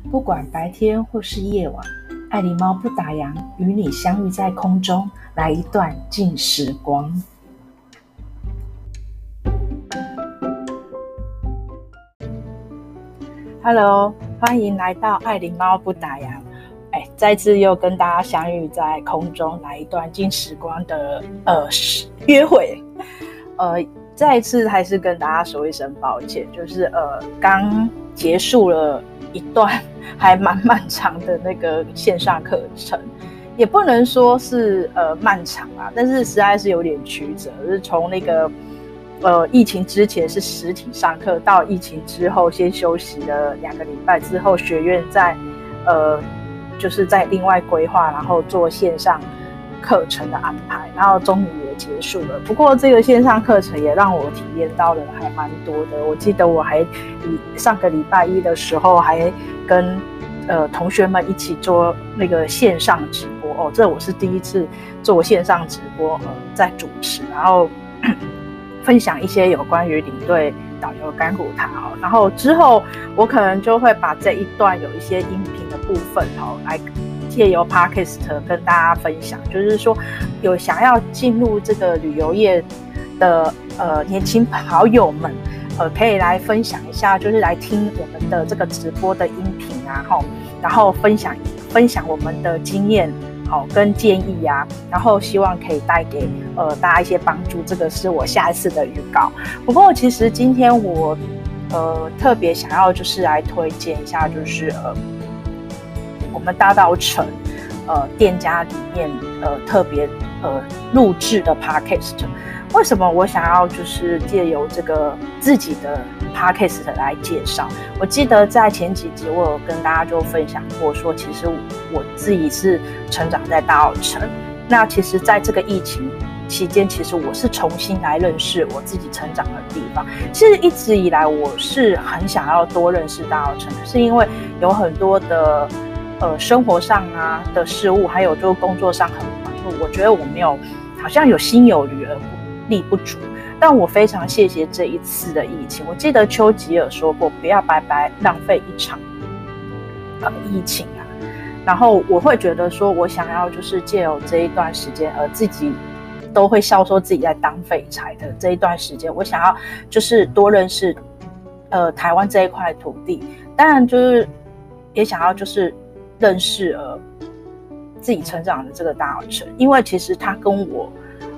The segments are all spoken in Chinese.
不管白天或是夜晚，爱狸猫不打烊，与你相遇在空中，来一段静时光。Hello， 欢迎来到爱狸猫不打烊。再次又跟大家相遇在空中，来一段静时光的约会。再一次还是跟大家说一声抱歉，就是刚结束了一段还蛮漫长的那个线上课程，也不能说是漫长啊，但是实在是有点曲折，就是从那个疫情之前是实体上课，到疫情之后先休息了2个礼拜之后，学院在就是在另外规划，然后做线上课程的安排，然后终于也结束了。不过这个线上课程也让我体验到的还蛮多的。我记得我还上个礼拜一的时候还跟同学们一起做那个线上直播哦，这我是第一次做线上直播，在主持，然后分享一些有关于领队导游甘苦谈哦。然后之后我可能就会把这一段有一些音频的部分来借由 Podcast 跟大家分享，就是说有想要进入这个旅游业的年轻好友们，可以来分享一下，就是来听我们的这个直播的音频啊，然后分享我们的经验跟建议啊，然后希望可以带给大家一些帮助，这个是我下一次的预告。不过其实今天我特别想要就是来推荐一下，就是我们大稻埕店家里面特别录制的 podcast。 为什么我想要就是借由这个自己的 podcast 来介绍？我记得在前几集我有跟大家就分享过说，其实我自己是成长在大稻埕，那其实在这个疫情期间，其实我是重新来认识我自己成长的地方。其实一直以来我是很想要多认识大稻埕，是因为有很多的生活上啊的事物，还有就工作上很忙碌，我觉得我没有好像有心有余而力不足。但我非常谢谢这一次的疫情，我记得丘吉尔说过，不要白白浪费一场疫情啊。然后我会觉得说，我想要就是借由这一段时间，自己都会笑说自己在当废柴的这一段时间，我想要就是多认识台湾这一块土地，当然就是也想要就是认识自己成长的这个大稻埕，因为其实它跟我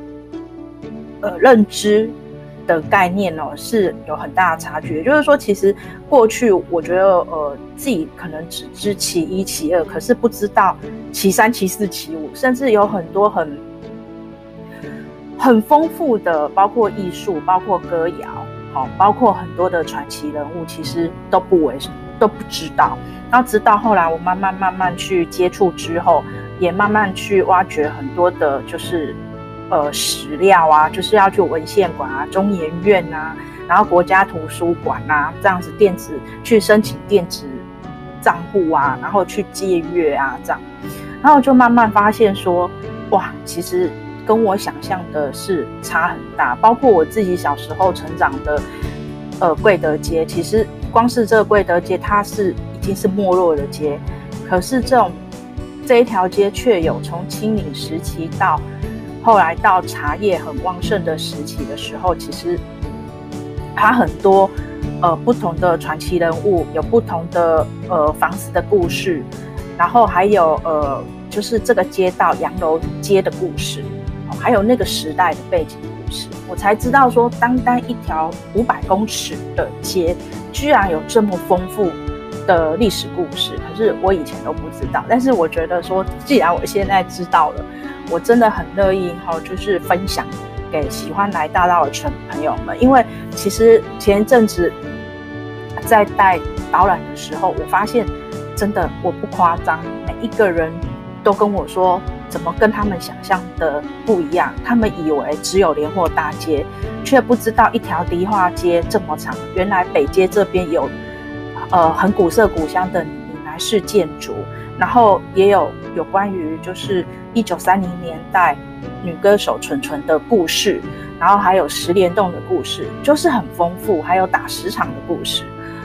认知的概念是有很大的差距。也就是说，其实过去我觉得自己可能只知其一其二，可是不知道其三其四其五，甚至有很多很丰富的，包括艺术，包括歌谣，包括很多的传奇人物，其实都不知道。然后直到后来我慢慢去接触之后，也慢慢去挖掘很多的就是史料啊，就是要去文献馆啊、中研院啊，然后国家图书馆啊，这样子去申请电子账户啊，然后去借阅啊，这样，然后就慢慢发现说，哇，其实跟我想象的是差很大。包括我自己小时候成长的贵德街，其实光是这个贵德街，它已经是没落的街，可是这一条街却有从清领时期到后来到茶叶很旺盛的时期的时候，其实它很多不同的传奇人物，有不同的房子的故事，然后还有就是这个街道洋楼街的故事，还有那个时代的背景故事，我才知道说，单一条500公尺的街，居然有这么丰富的历史故事，可是我以前都不知道。但是我觉得说，既然我现在知道了，我真的很乐意就是分享给喜欢来大稻埕的朋友们。因为其实前一阵子在带导览的时候，我发现真的我不夸张，每一个人都跟我说怎么跟他们想象的不一样。他们以为只有联货大街，却不知道一条迪化街这么长，原来北街这边有很古色古香的闽南式建筑，然后也有关于就是1930年代女歌手纯纯的故事，然后还有10联动的故事，就是很丰富，还有打10场的故事。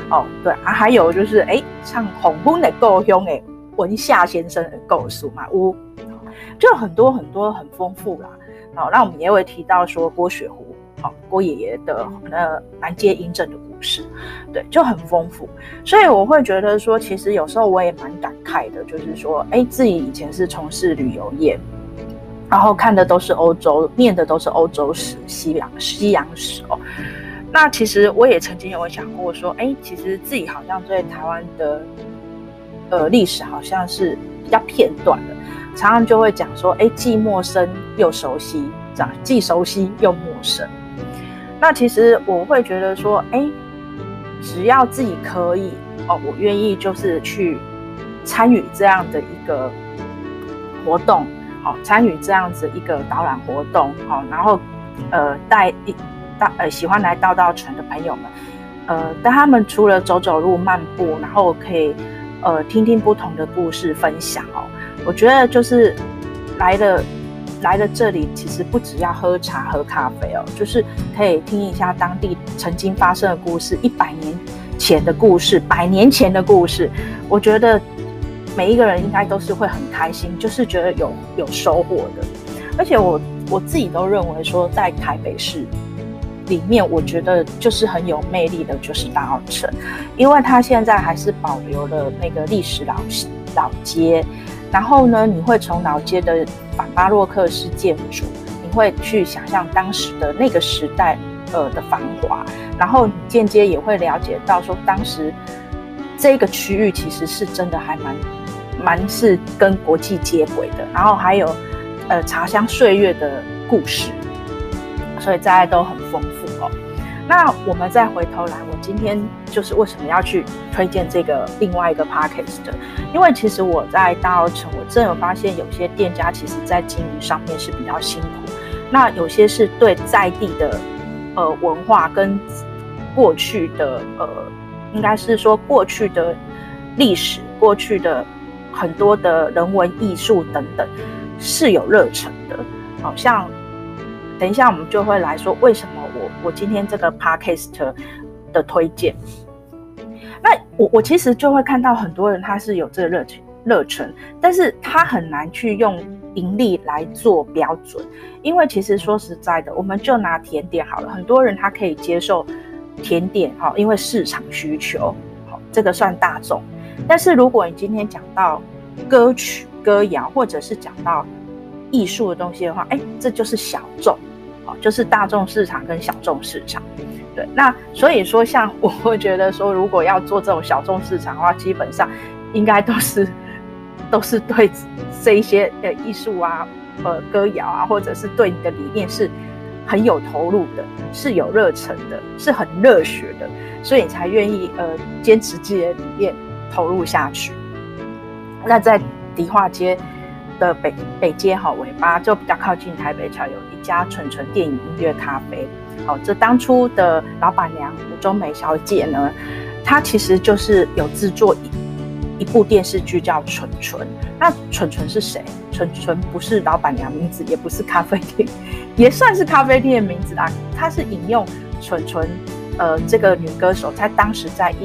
对啊，还有就是唱红婚的故乡的文夏先生的故事嘛，就很多很多很丰富啦。那我们也会提到说郭雪湖，郭爷爷的南街阴镇的故事，对，就很丰富。所以我会觉得说，其实有时候我也蛮感慨的，就是说，自己以前是从事旅游业，然后看的都是欧洲，念的都是欧洲史、西洋史那其实我也曾经有想过说，其实自己好像对台湾的历史好像是比较片段的，常常就会讲说，既陌生又熟悉，这样既熟悉又陌生。那其实我会觉得说，只要自己可以我愿意就是去参与这样的一个活动，参与这样子一个导览活动，然后带喜欢来道道城的朋友们，带他们除了走走路漫步，然后可以听听不同的故事分享我觉得就是来了这里，其实不只要喝茶喝咖啡就是可以听一下当地曾经发生的故事，100年前的故事，100年前的故事。我觉得每一个人应该都是会很开心，就是觉得有收获的。而且我自己都认为说，在台北市里面，我觉得就是很有魅力的，就是大稻埕，因为它现在还是保留了那个历史老街。然后呢，你会从老街的反巴洛克式建筑，你会去想象当时的那个时代的繁华，然后你间接也会了解到说，当时这个区域其实是真的还蛮是跟国际接轨的，然后还有茶香岁月的故事，所以大家都很丰富那我们再回头来，我今天就是为什么要去推荐这个另外一个 podcast， 因为其实我在大稻埕，我真的有发现有些店家其实在经营上面是比较辛苦，那有些是对在地的文化跟过去的应该是说过去的历史，过去的很多的人文艺术等等是有热忱的。好像等一下我们就会来说为什么我今天这个 podcast 的推荐。那我其实就会看到很多人他是有这个热忱，但是他很难去用盈利来做标准，因为其实说实在的，我们就拿甜点好了，很多人他可以接受甜点因为市场需求，这个算大众。但是如果你今天讲到歌曲歌谣，或者是讲到艺术的东西的话，这就是小众，就是大众市场跟小众市场。对，那所以说像我会觉得说，如果要做这种小众市场的话，基本上应该都是对这一些艺术啊、歌谣啊，或者是对你的理念是很有投入的，是有热忱的，是很热血的，所以你才愿意坚持自己的理念投入下去。那在迪化街的北街尾巴就比较靠近台北桥，有一家纯电影音乐咖啡。这当初的老板娘吴中梅小姐呢，她其实就是有制作一部电视剧叫《纯》。那纯是谁？纯不是老板娘名字，也不是咖啡店，也算是咖啡店的名字啦。她是引用纯这个女歌手，在当时在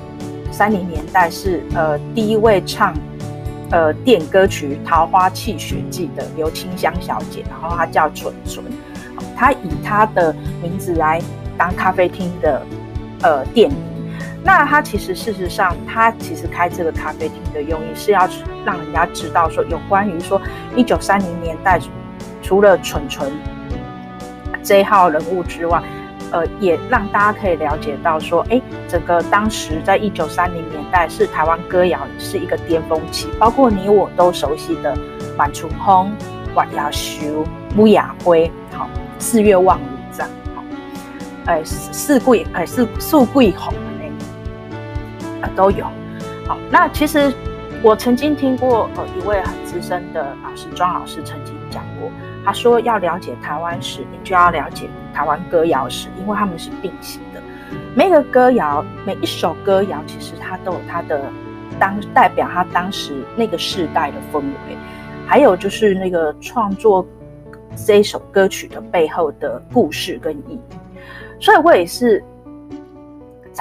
1930年代是第一位唱电歌曲《桃花泣血记》的刘清香小姐，然后她叫纯。她以她的名字来当咖啡厅的店名。那她其实事实上，她其实开这个咖啡厅的用意是要让人家知道说，有关于说1930年代除了纯这一号人物之外，也让大家可以了解到说，整个当时在1930年代是台湾歌谣是一个巅峰期，包括你我都熟悉的晚春风、月夜愁、母夜花，四月望雨这样，四季红的那个都有。好，那其实我曾经听过一位很资深的老师庄老师曾经讲过，他说要了解台湾史，你就要了解台湾歌谣史，因为他们是并行的。每个歌谣，每一首歌谣，其实它都有它的代表它当时那个世代的氛围，还有就是那个创作这一首歌曲的背后的故事跟意义。所以我也是才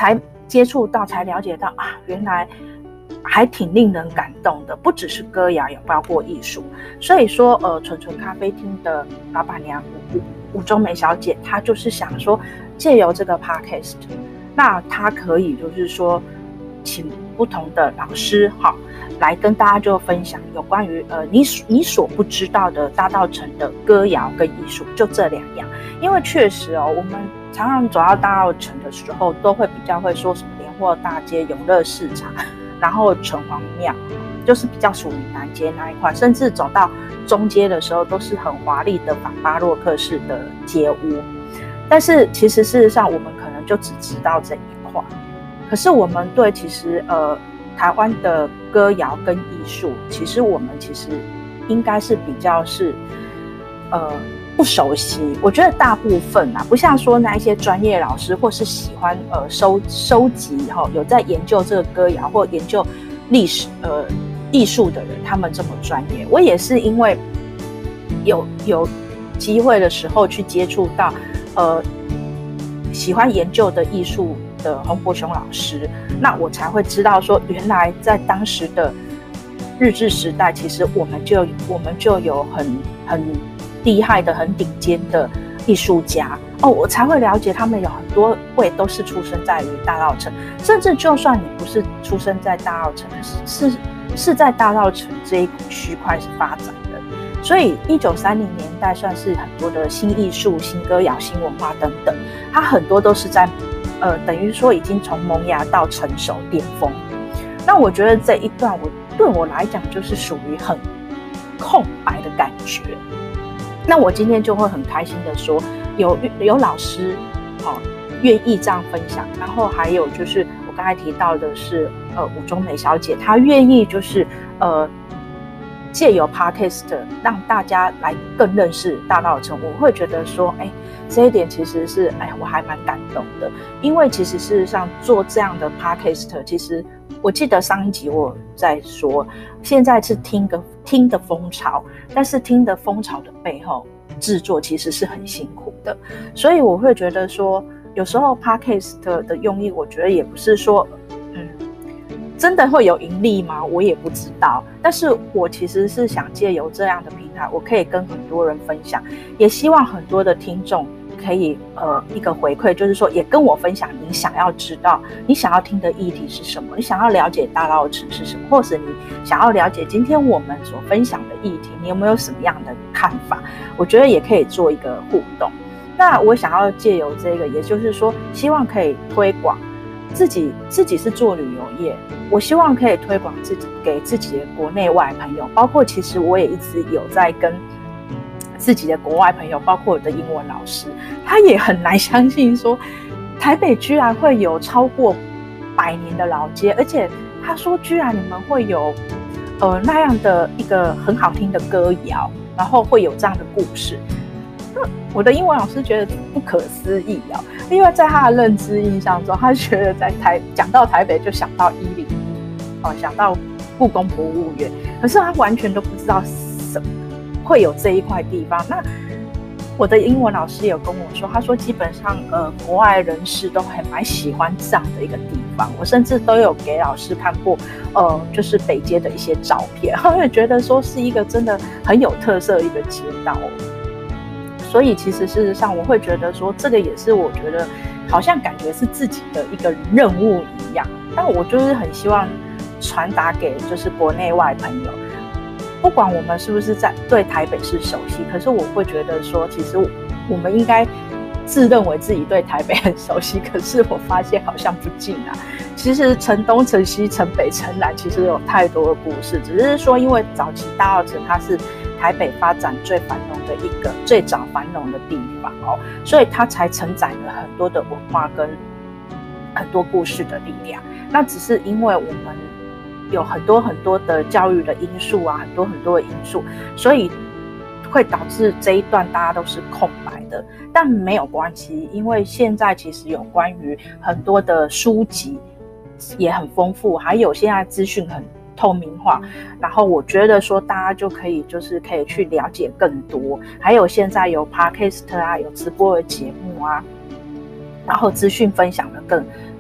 接触到才了解到啊，原来还挺令人感动的，不只是歌谣，也包括艺术。所以说纯纯咖啡厅的老板娘吴中梅小姐，她就是想说借由这个 podcast， 那她可以就是说请不同的老师来跟大家就分享有关于你所不知道的大稻埕的歌谣跟艺术，就这两样。因为确实我们常常走到大稻埕的时候，都会比较会说什么联货大街、永乐市场，然后城隍庙，就是比较属于南街那一块，甚至走到中街的时候，都是很华丽的反巴洛克式的街屋。但是其实事实上，我们可能就只知道这一块。可是我们对其实台湾的歌谣跟艺术，其实我们其实应该是比较是不熟悉。我觉得大部分不像说那一些专业老师或是喜欢收集有在研究这个歌谣或研究历史艺术的人，他们这么专业。我也是因为有机会的时候去接触到喜欢研究的艺术的洪伯雄老师，那我才会知道说，原来在当时的日治时代，其实我们就有很厉害的、很顶尖的艺术家我才会了解他们有很多位都是出生在于大稻埕，甚至就算你不是出生在大稻埕，是在大稻埕这一区块是发展的。所以1930年代算是很多的新艺术、新歌谣、新文化等等，它很多都是在等于说已经从萌芽到成熟巅峰。那我觉得这一段对我来讲就是属于很空白的感觉。那我今天就会很开心的说，有老师愿意这样分享，然后还有就是我刚才提到的是吴中梅小姐，她愿意就是借由 podcast 让大家来更认识大稻埕。我会觉得说这一点其实是我还蛮感动的。因为其实事实上做这样的 podcast， 其实我记得上一集我在说，现在是听的风潮，但是听的风潮的背后制作其实是很辛苦的。所以我会觉得说，有时候 podcast 的用意，我觉得也不是说真的会有盈利吗？我也不知道。但是我其实是想借由这样的平台，我可以跟很多人分享，也希望很多的听众可以一个回馈，就是说也跟我分享你想要知道、你想要听的议题是什么，你想要了解大稻埕是什么，或是你想要了解今天我们所分享的议题，你有没有什么样的看法？我觉得也可以做一个互动。那我想要借由这个，也就是说希望可以推广自己是做旅游业，我希望可以推广给自己的国内外朋友，包括其实我也一直有在跟自己的国外朋友，包括我的英文老师，他也很难相信说台北居然会有超过100年的老街，而且他说居然你们会有那样的一个很好听的歌谣，然后会有这样的故事。我的英文老师觉得不可思议因为在他的认知印象中，他觉得讲到台北就想到101想到故宫博物院，可是他完全都不知道会有这一块地方。那我的英文老师也有跟我说，他说基本上国外人士都还蛮喜欢这样的一个地方。我甚至都有给老师看过就是北街的一些照片，他会觉得说是一个真的很有特色的一个街道。所以其实事实上我会觉得说，这个也是我觉得好像感觉是自己的一个任务一样。但我就是很希望传达给就是国内外朋友，不管我们是不是对台北市熟悉，可是我会觉得说，其实我们应该自认为自己对台北很熟悉，可是我发现好像不尽然。其实城东、城西、城北、城南，其实有太多的故事，只是说因为早期大稻埕它是台北发展最繁荣的一个最早繁荣的地方所以它才承载了很多的文化跟很多故事的力量。那只是因为我们有很多很多的教育的因素很多很多的因素，所以会导致这一段大家都是空白的。但没有关系，因为现在其实有关于很多的书籍也很丰富，还有现在资讯很透明化，然后我觉得说大家就可以去了解更多。还有现在有 podcast 有直播的节目然后资讯分享的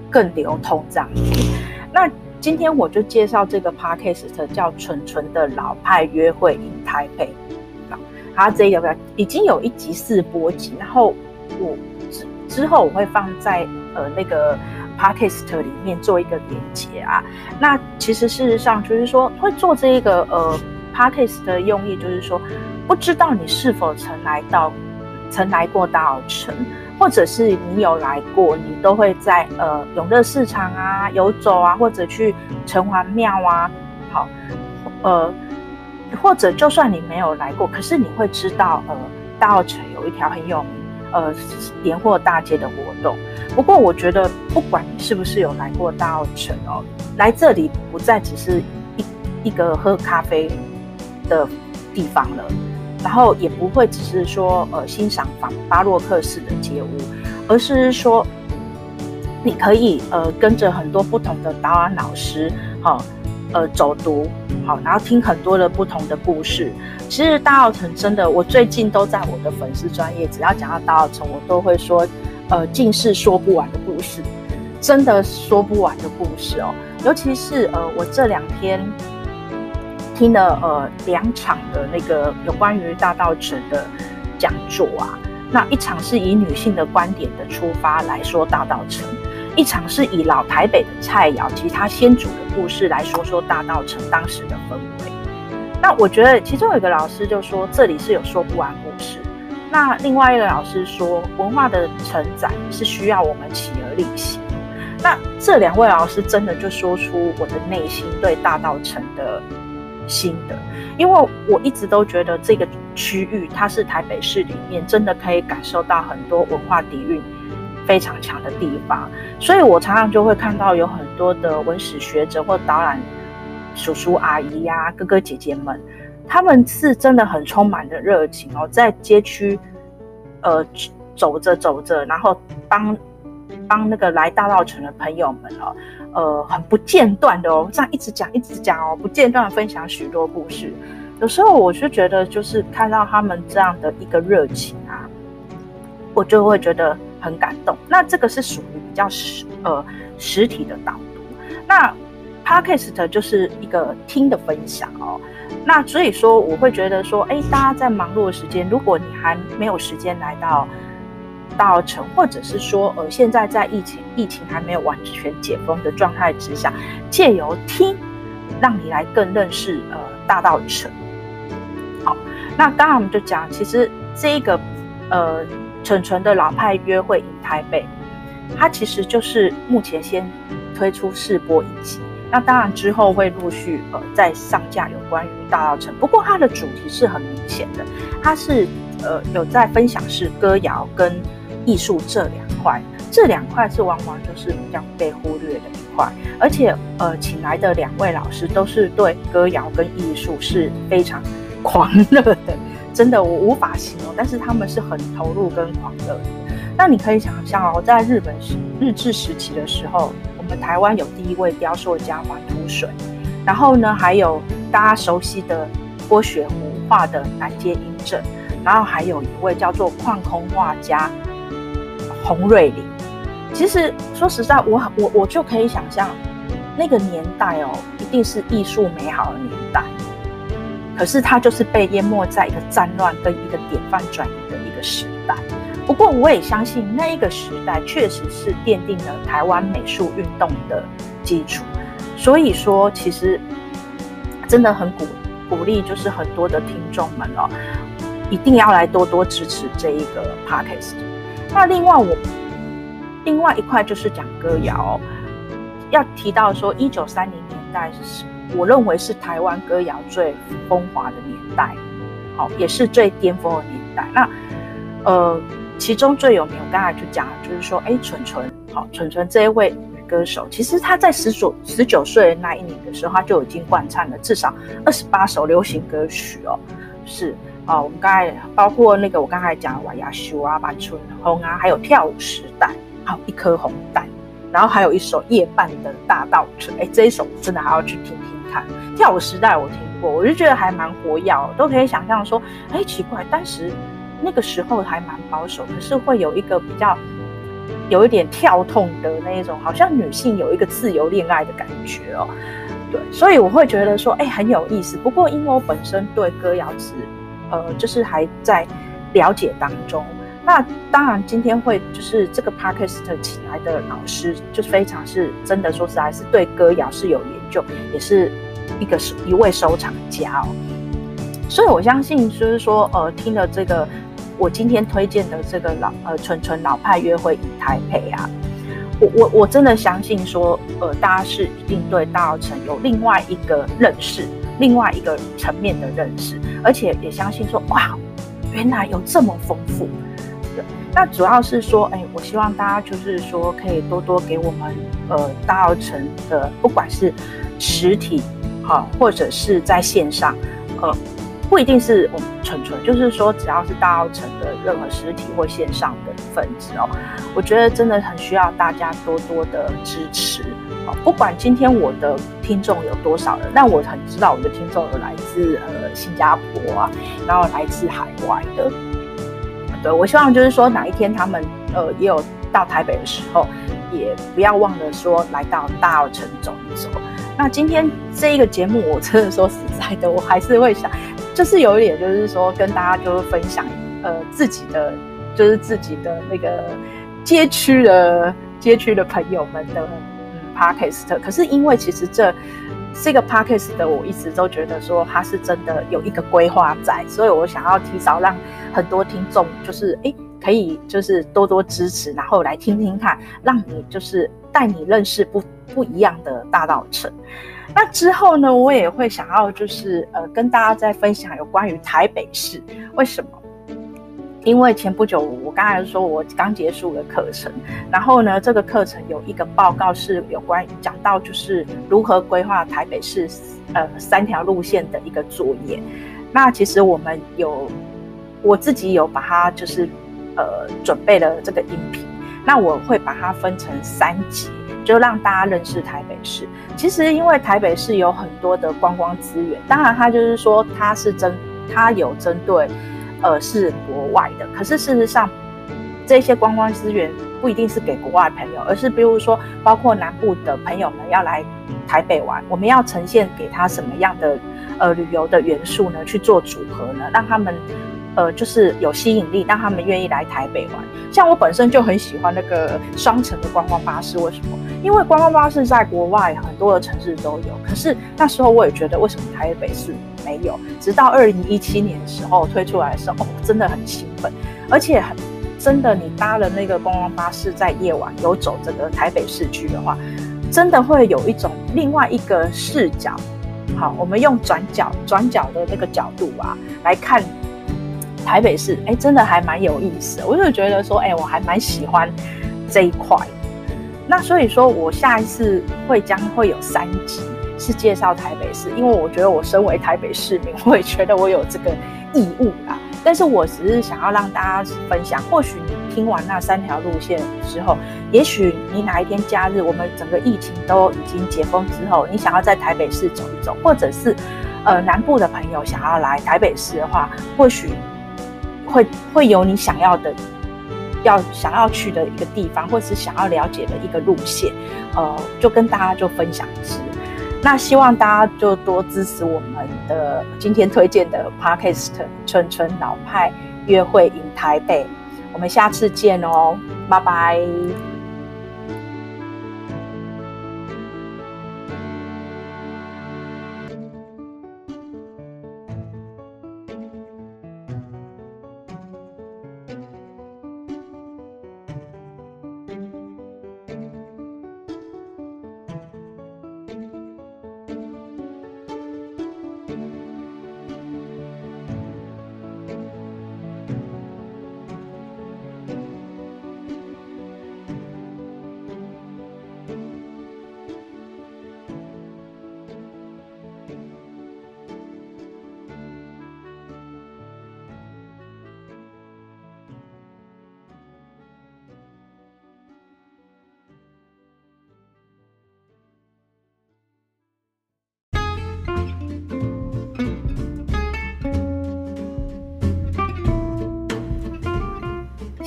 更流通这样子。那今天我就介绍这个 podcast 叫纯纯的老派约会 in 台北，它这个已经有1集4播集，然后我之后我会放在那个 podcast 里面做一个连结啊。那其实事实上就是说会做这一个podcast 的用意就是说，不知道你是否曾来过大稻埕，或者是你有来过，你都会在永乐市场啊游走啊，或者去城隍庙啊，好，或者就算你没有来过，可是你会知道大稻埕有一条很有名年货大街的活动。不过我觉得不管你是不是有来过大稻埕哦，来这里不再只是一个喝咖啡的地方了，然后也不会只是说欣赏巴洛克式的街屋，而是说你可以跟着很多不同的导览老师走读，好，然后听很多的不同的故事。其实大稻埕真的，我最近都在我的粉丝专页，只要讲到大稻埕，我都会说尽是说不完的故事，真的说不完的故事哦。尤其是我这2天听了2场的那个有关于大稻埕的讲座啊，那一场是以女性的观点的出发来说大稻埕，一场是以老台北的菜肴及他先祖的故事来说大稻埕当时的氛围。那我觉得其中有一个老师就说这里是有说不完故事，那另外一个老师说文化的承载是需要我们起而力行。那这2位老师真的就说出我的内心对大稻埕的心得，因为我一直都觉得这个区域它是台北市里面真的可以感受到很多文化底蕴非常强的地方，所以我常常就会看到有很多的文史学者或导览叔叔阿姨啊哥哥姐姐们，他们是真的很充满的热情哦，在街区走着，然后帮那个来大稻埕的朋友们很不间断的这样一直讲不间断的分享许多故事。有时候我就觉得就是看到他们这样的一个热情啊，我就会觉得很感动。那这个是属于比较实体的导读，那 podcast 就是一个听的分享哦。那所以说我会觉得说大家在忙碌的时间，如果你还没有时间来到大稻埕，或者是说现在在疫情还没有完全解封的状态之下，借由听让你来更认识大稻埕。好，那刚刚我们就讲，其实这一个纯纯的老派约会 in 台北，它其实就是目前先推出试播1集，那当然之后会陆续再上架有关于大稻埕。不过它的主题是很明显的，它是有在分享是歌谣跟艺术这2块，这2块是往往就是比较被忽略的一块，而且请来的2位老师都是对歌谣跟艺术是非常狂热的，真的我无法形容，但是他们是很投入跟狂热的。那你可以想象在日治时期的时候，我们台湾有第1位雕塑家黄土水，然后呢还有大家熟悉的郭雪湖画的南街英正，然后还有一位叫做矿空画家洪瑞麟。其实说实在，我就可以想象那个年代一定是艺术美好的年代，可是它就是被淹没在一个战乱跟一个典范转移的一个时代。不过我也相信那一个时代确实是奠定了台湾美术运动的基础，所以说其实真的很鼓励就是很多的听众们一定要来多多支持这一个 podcast。 那另外一块就是讲歌谣要提到说1930年代是我认为是台湾歌谣最风华的年代，也是最巅峰的年代。那其中最有名我刚才就讲了，就是说纯纯这一位女歌手，其实她在19岁的那一年的时候，她就已经贯彻了至少28首流行歌曲是我们刚才包括那个我刚才讲的瓦亚修啊、满春红啊，还有跳舞时代，还有一颗红蛋，然后还有一首夜半的大稻埕，这一首真的还要去听听看。跳舞时代我听过，我就觉得还蛮活跃，都可以想象说奇怪，当时那个时候还蛮保守，可是会有一个比较有一点跳痛的那一种，好像女性有一个自由恋爱的感觉哦。对，所以我会觉得说，很有意思。不过因为我本身对歌谣词，就是还在了解当中。那当然，今天会就是这个 podcast 请来的老师，就非常是真的说实在是对歌谣是有研究，也是一位收藏家哦。所以我相信，就是说，听了这个我今天推荐的这个纯纯老派约会in台北啊，我真的相信说，大家是一定对大稻埕有另外一个认识，另外一个层面的认识，而且也相信说，哇，原来有这么丰富。对，那主要是说，我希望大家就是说，可以多多给我们大稻埕的，不管是实体或者是在线上，不一定是我们纯纯，就是说只要是大稻埕的任何实体或线上的一份子哦，我觉得真的很需要大家多多的支持。不管今天我的听众有多少人，但我很知道我的听众有来自新加坡啊，然后来自海外的。对，我希望就是说哪一天他们也有到台北的时候，也不要忘了说来到大稻埕走一走。那今天这一个节目，我真的说实在的，我还是会想，就是有一点就是说跟大家就是分享自己的那个街区的朋友们的podcast。可是因为其实这个 podcast 的我一直都觉得说它是真的有一个规划在，所以我想要提早让很多听众就是可以就是多多支持，然后来听听看，让你就是带你认识不一样的大稻埕。那之后呢，我也会想要就是跟大家再分享有关于台北市。为什么？因为前不久我刚才说我刚结束了课程，然后呢这个课程有一个报告是有关于讲到就是如何规划台北市3条路线的一个作业。那其实我自己有把它就是准备了这个音频，那我会把它分成3集，就让大家认识台北市。其实因为台北市有很多的观光资源，当然它就是说它有针对是国外的，可是事实上这些观光资源不一定是给国外朋友，而是比如说包括南部的朋友们要来台北玩，我们要呈现给他什么样的旅游的元素呢？去做组合呢，让他们就是有吸引力，让他们愿意来台北玩。像我本身就很喜欢那个双层的观光巴士，为什么？因为观光巴士在国外很多的城市都有，可是那时候我也觉得为什么台北市没有？直到2017年的时候推出来的时候，真的很兴奋，而且真的你搭了那个观光巴士在夜晚游走这个台北市区的话，真的会有一种另外一个视角。好，我们用转角的那个角度啊来看台北市，真的还蛮有意思的。我就觉得说，我还蛮喜欢这一块。那所以说我下一次将会有3集是介绍台北市，因为我觉得我身为台北市民，我也觉得我有这个义务啦。但是我只是想要让大家分享，或许你听完那3条路线之后，也许你哪一天假日，我们整个疫情都已经解封之后，你想要在台北市走一走，或者是南部的朋友想要来台北市的话，或许会有你想要去的一个地方，或是想要了解的一个路线，就跟大家就分享一次。那希望大家就多支持我们的今天推荐的 Podcast 纯纯老派约会in台北。我们下次见哦，拜拜。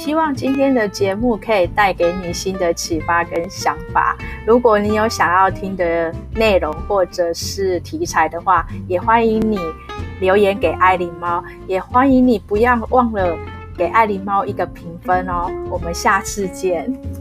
希望今天的节目可以带给你新的启发跟想法。如果你有想要听的内容或者是题材的话，也欢迎你留言给爱琳猫，也欢迎你不要忘了给爱琳猫一个评分哦。我们下次见。